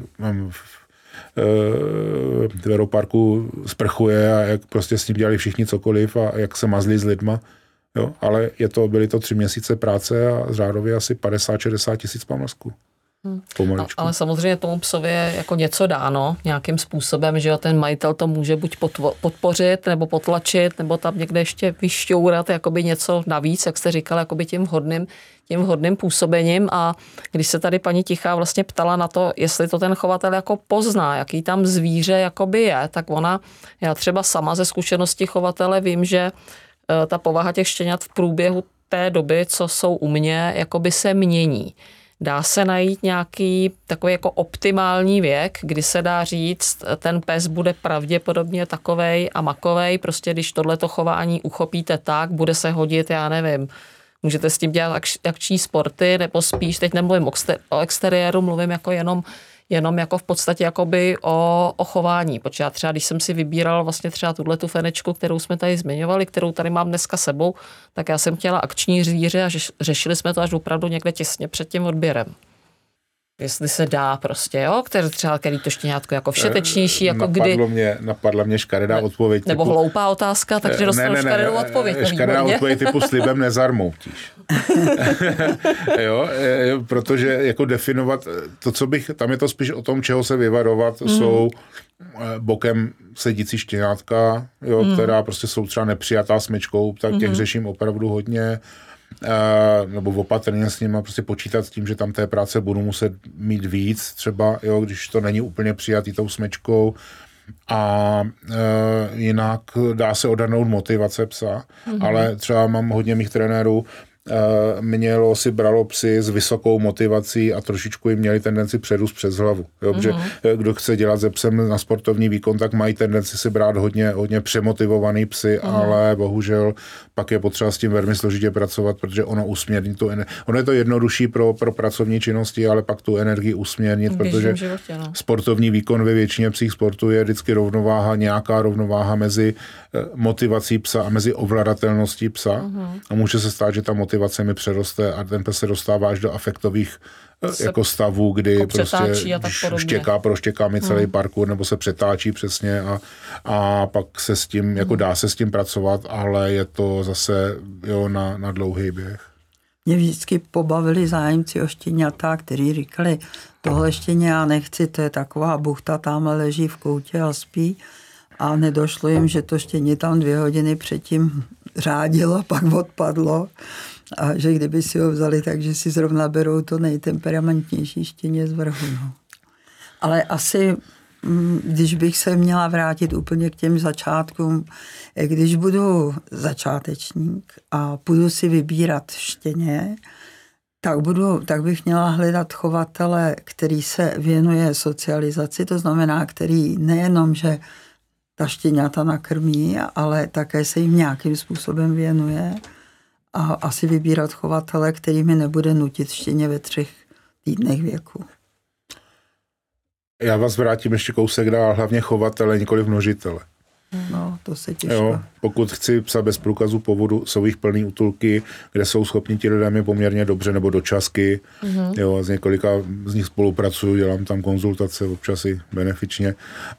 v Veroparku sprchuje a jak prostě s ním dělali všichni cokoliv a jak se mazlí s lidma. Jo, ale byly to 3 měsíce práce a řádově asi 50-60 tisíc pamlsků. Ale samozřejmě tomu psovi je jako něco dáno nějakým způsobem, že jo, ten majitel to může buď podpořit, nebo potlačit, nebo tam někde ještě vyšťourat jakoby něco navíc, jak jste říkal, jakoby tím vhodným působením. A když se tady paní Tichá vlastně ptala na to, jestli to ten chovatel jako pozná, jaký tam zvíře jakoby je, tak já třeba sama ze zkušenosti chovatele vím, že ta povaha těch štěňat v průběhu té doby, co jsou u mě, jakoby se mění. Dá se najít nějaký takový jako optimální věk, kdy se dá říct, ten pes bude pravděpodobně takovej a makovej, prostě když tohleto chování uchopíte tak, bude se hodit, já nevím, Můžete s tím dělat akční sporty, nebo spíš, teď nemluvím o exteriéru, mluvím jako jenom jako v podstatě jakoby o chování. Protože já třeba, když jsem si vybíral vlastně třeba tuhletu fenečku, kterou jsme tady zmiňovali, kterou tady mám dneska sebou, tak já jsem chtěla akční zvíře a řešili jsme to až opravdu někde těsně před tím odběrem. Jestli se dá prostě, jo, který to štěňátko jako všetečnější, jako Napadla mě škaredá odpověď. Nebo typu, hloupá otázka, takže dostanu škaredou odpověď. Škaredá odpověď typu slibem nezarmoutíš. Jo, protože jako definovat to, co bych, tam je to spíš o tom, čeho se vyvarovat, jsou bokem sedící štěňátka, jo, která prostě jsou třeba nepřijatá smyčkou, tak těch řeším opravdu hodně. Nebo opatrně s nima prostě počítat s tím, že tam té práce budu muset mít víc, třeba, jo, když to není úplně přijatý tou smečkou. A jinak dá se odhadnout motivace psa, ale třeba mám hodně mých trenérů, bralo psy s vysokou motivací a trošičku jim měli tendenci předůst přes hlavu. Jo, protože kdo chce dělat se psem na sportovní výkon, tak mají tendenci si brát hodně přemotivovaný psy, ale bohužel pak je potřeba s tím velmi složitě pracovat, protože ono usměrní tu energii. Ono je to jednodušší pro pracovní činnosti, ale pak tu energii usměrnit, protože sportovní výkon ve většině psích sportů je vždycky nějaká rovnováha mezi motivací psa a mezi ovladatelností psa. A může se stát, že ta motivace mi přeroste a ten pes se dostává až do afektových jako stavů, kdy jako prostě proštěká mi celý parkour nebo se přetáčí přesně a pak se s tím, jako dá se s tím pracovat, ale je to zase na dlouhý běh. Mě vždycky pobavili zájemci o štěňata, kteří říkali, tohle štěně já nechci, to je taková buchta, tamhle leží v koutě a spí. A nedošlo jim, že to štěně tam 2 hodiny předtím řádilo, pak odpadlo. A že kdyby si ho vzali, takže si zrovna berou to nejtemperamentnější štěně z vrhu. No. Ale asi, když bych se měla vrátit úplně k těm začátkům, když budu začátečník a budu si vybírat štěně, tak bych měla hledat chovatele, který se věnuje socializaci, to znamená, který nejenom, že ta štěňata nakrmí, ale také se jim nějakým způsobem věnuje a asi vybírat chovatele, který mi nebude nutit štěně ve 3 týdnech věku. Já vás vrátím ještě kousek dál, hlavně chovatele, nikoli množitele. No, to se těžko. Jo, pokud chci psa bez průkazu původu, jsou jich plný útulky, kde jsou schopni ti lidé mi poměrně dobře, nebo dočasky. Jo, z několika z nich spolupracuju, dělám tam konzultace, občas i benefičně.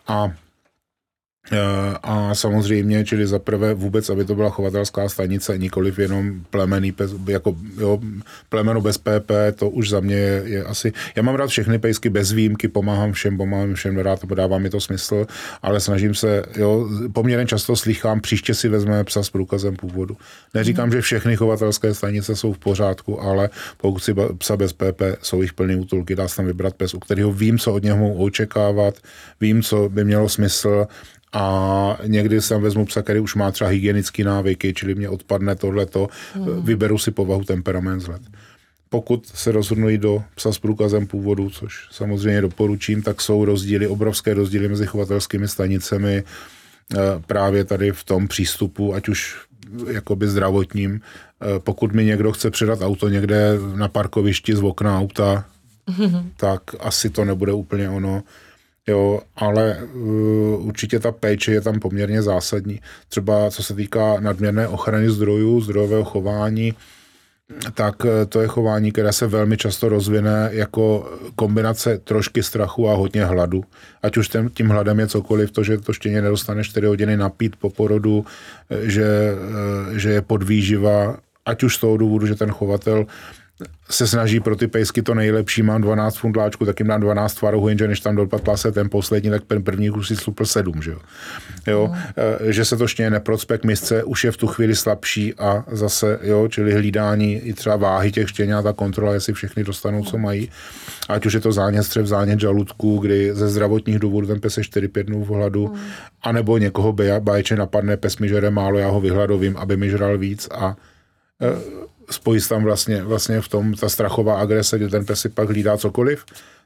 A samozřejmě, čili zaprvé vůbec, aby to byla chovatelská stanice, nikoliv jenom plemenný pes, jako plemeno bez PP, to už za mě je asi, já mám rád všechny pejsky bez výjimky, pomáhám všem rád, dává mi to smysl, ale snažím se, poměrně často slychám, příště si vezmeme psa s průkazem původu. Neříkám, že všechny chovatelské stanice jsou v pořádku, ale pokud si psa bez PP, jsou jich plný útulky, dá se tam vybrat pes, u kterého vím, co od něho mohu očekávat, vím, co by mělo smysl. A někdy si tam vezmu psa, který už má třeba hygienické návyky, čili mě odpadne tohleto, vyberu si povahu, temperament, vzhled. Pokud se rozhodnu jít do psa s průkazem původu, což samozřejmě doporučím, tak jsou obrovské rozdíly mezi chovatelskými stanicemi právě tady v tom přístupu, ať už jakoby zdravotním. Pokud mi někdo chce předat auto někde na parkovišti z okna auta, tak asi to nebude úplně ono. Jo, ale určitě ta péče je tam poměrně zásadní. Třeba co se týká nadměrné ochrany zdrojů, zdrojového chování, tak to je chování, které se velmi často rozvine jako kombinace trošky strachu a hodně hladu. Ať už tím hladem je cokoliv, to, že to štěně nedostane 4 hodiny napít po porodu, že je podvýživa, ať už z toho důvodu, že ten chovatel se snaží pro ty pejsky to nejlepší, mám 12 fundláčků, tak jim dám 12 tvarohů, jenže než tam dopadla se ten poslední, tak první už si slupl 7, že jo. Že se to štěně neprocpe k misce, už je v tu chvíli slabší a zase, čili hlídání i třeba váhy těch štěňat a kontrola, jestli všechny dostanou, co mají. Ať už je to zánět střev, zánět žaludku, kdy ze zdravotních důvodů ten pes je 4-5 dnů v hladu, anebo někoho báječně napadne, pes mi žere málo, já ho vyhladovím, aby mi žral víc a spojí se tam vlastně v tom ta strachová agrese, kdy ten pes si pak hlídá cokoliv,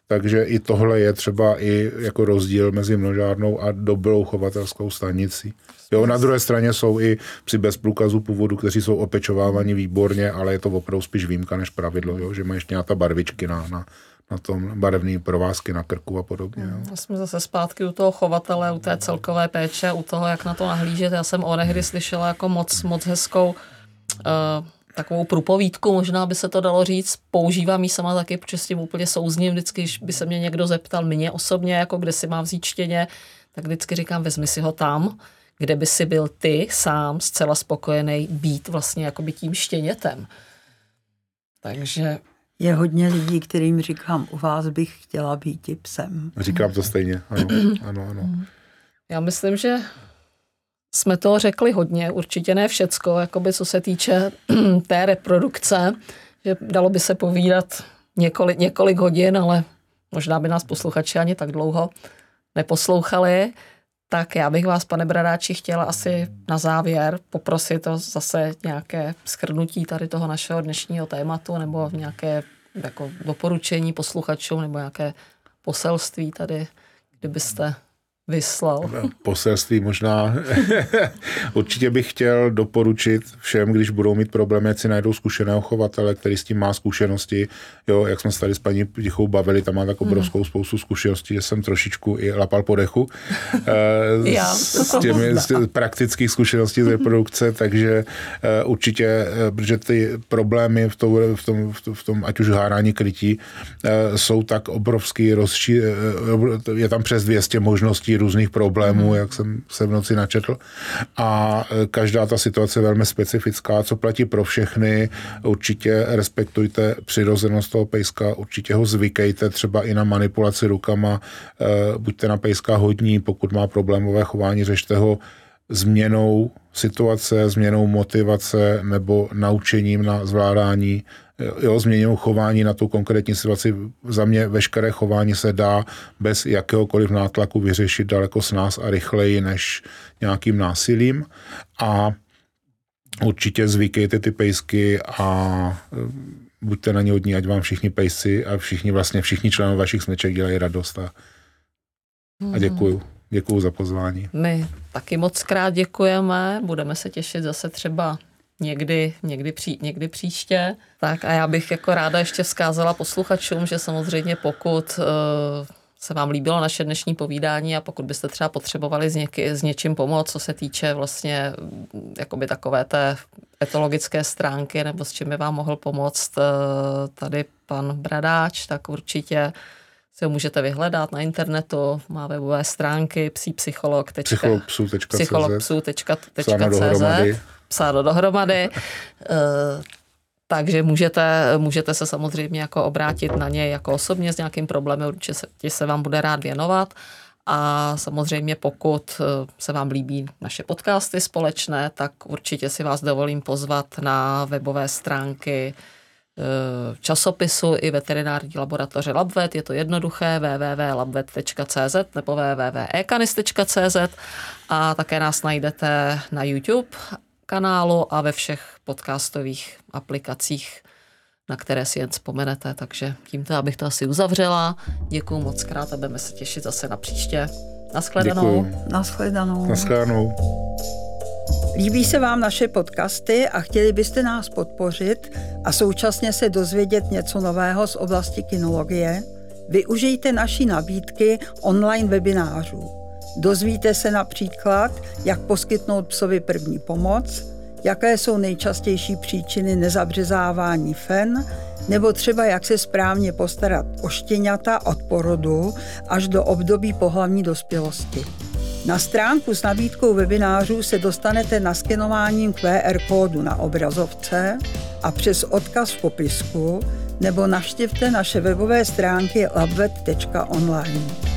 takže i tohle je třeba i jako rozdíl mezi množárnou a dobrou chovatelskou stanicí. Jo, na druhé straně jsou i psi bez průkazu původu, kteří jsou opečováváni výborně, ale je to opravdu spíš výjimka než pravidlo, jo, že mají ještě nějaké barvičky na tom, barevné provázky na krku a podobně. Jo. Jsme zase zpátky u toho chovatele, u té celkové péče, u toho, jak na to nahlížet. Já jsem onehdy slyšela jako moc hezkou takovou průpovídku, možná by se to dalo říct. Používám ji sama taky, protože s tím úplně souzním. Vždycky, když by se mě někdo zeptal, mě osobně, jako kde si mám vzít štěně, tak vždycky říkám, vezmi si ho tam, kde by si byl ty sám zcela spokojený být vlastně jakoby tím štěnětem. Takže... Je hodně lidí, kterým říkám, u vás bych chtěla být i psem. Říkám to stejně, ano. Já myslím, že jsme toho řekli hodně, určitě ne všecko, jakoby co se týče té reprodukce, že dalo by se povídat několik hodin, ale možná by nás posluchači ani tak dlouho neposlouchali. Tak já bych vás, pane Bradáči, chtěla asi na závěr poprosit o zase nějaké shrnutí tady toho našeho dnešního tématu nebo nějaké jako doporučení posluchačům nebo nějaké poselství tady, kdybyste vyslal. Poselství možná. Určitě bych chtěl doporučit všem, když budou mít problémy, ať si najdou zkušeného chovatele, který s tím má zkušenosti. Jo, jak jsme se tady s paní Tichou bavili, tam má tak obrovskou spoustu zkušeností, že jsem trošičku i lapal po dechu. S těmi praktických zkušeností z reprodukce, takže určitě, protože ty problémy v tom ať už hárání krytí, jsou tak obrovský je tam přes 200 možností různých problémů, jak jsem se v noci načetl. A každá ta situace je velmi specifická, co platí pro všechny. Určitě respektujte přirozenost toho pejska, určitě ho zvykejte třeba i na manipulaci rukama, buďte na pejska hodní, pokud má problémové chování, řešte ho změnou situace, změnou motivace nebo naučením na zvládání, změnou chování na tu konkrétní situaci. Za mě veškeré chování se dá bez jakéhokoliv nátlaku vyřešit daleko snáz a rychleji než nějakým násilím. A určitě zvykejte ty pejsky a buďte na ně hodní, ať vám všichni pejsci a všichni členové vašich smeček dělají radost. A děkuju. Děkuju za pozvání. My taky moc krát děkujeme, budeme se těšit zase třeba někdy příště. Tak a já bych jako ráda ještě vzkázala posluchačům, že samozřejmě pokud se vám líbilo naše dnešní povídání a pokud byste třeba potřebovali s něčím pomoct, co se týče vlastně jakoby takové té etologické stránky nebo s čím by vám mohl pomoct tady pan Bradáč, tak určitě si ho můžete vyhledat na internetu, má webové stránky psychologpsů.cz psáno dohromady. Takže můžete se samozřejmě jako obrátit na něj jako osobně s nějakým problémem, určitě se vám bude rád věnovat. A samozřejmě pokud se vám líbí naše podcasty společné, tak určitě si vás dovolím pozvat na webové stránky časopisu i veterinární laboratoře LabVet. Je to jednoduché www.labvet.cz nebo www.ekanis.cz a také nás najdete na YouTube kanálu a ve všech podcastových aplikacích, na které si jen vzpomenete. Takže tímto abych to asi uzavřela. Děkuju moc krát a budeme se těšit zase na příště. Naschledanou. Naschledanou. Líbí se vám naše podcasty a chtěli byste nás podpořit a současně se dozvědět něco nového z oblasti kynologie? Využijte naší nabídky online webinářů. Dozvíte se například, jak poskytnout psovi první pomoc, jaké jsou nejčastější příčiny nezabřezávání fen, nebo třeba jak se správně postarat o štěňata od porodu až do období pohlavní dospělosti. Na stránku s nabídkou webinářů se dostanete naskenováním QR kódu na obrazovce a přes odkaz v popisku, nebo navštivte naše webové stránky labvet.online.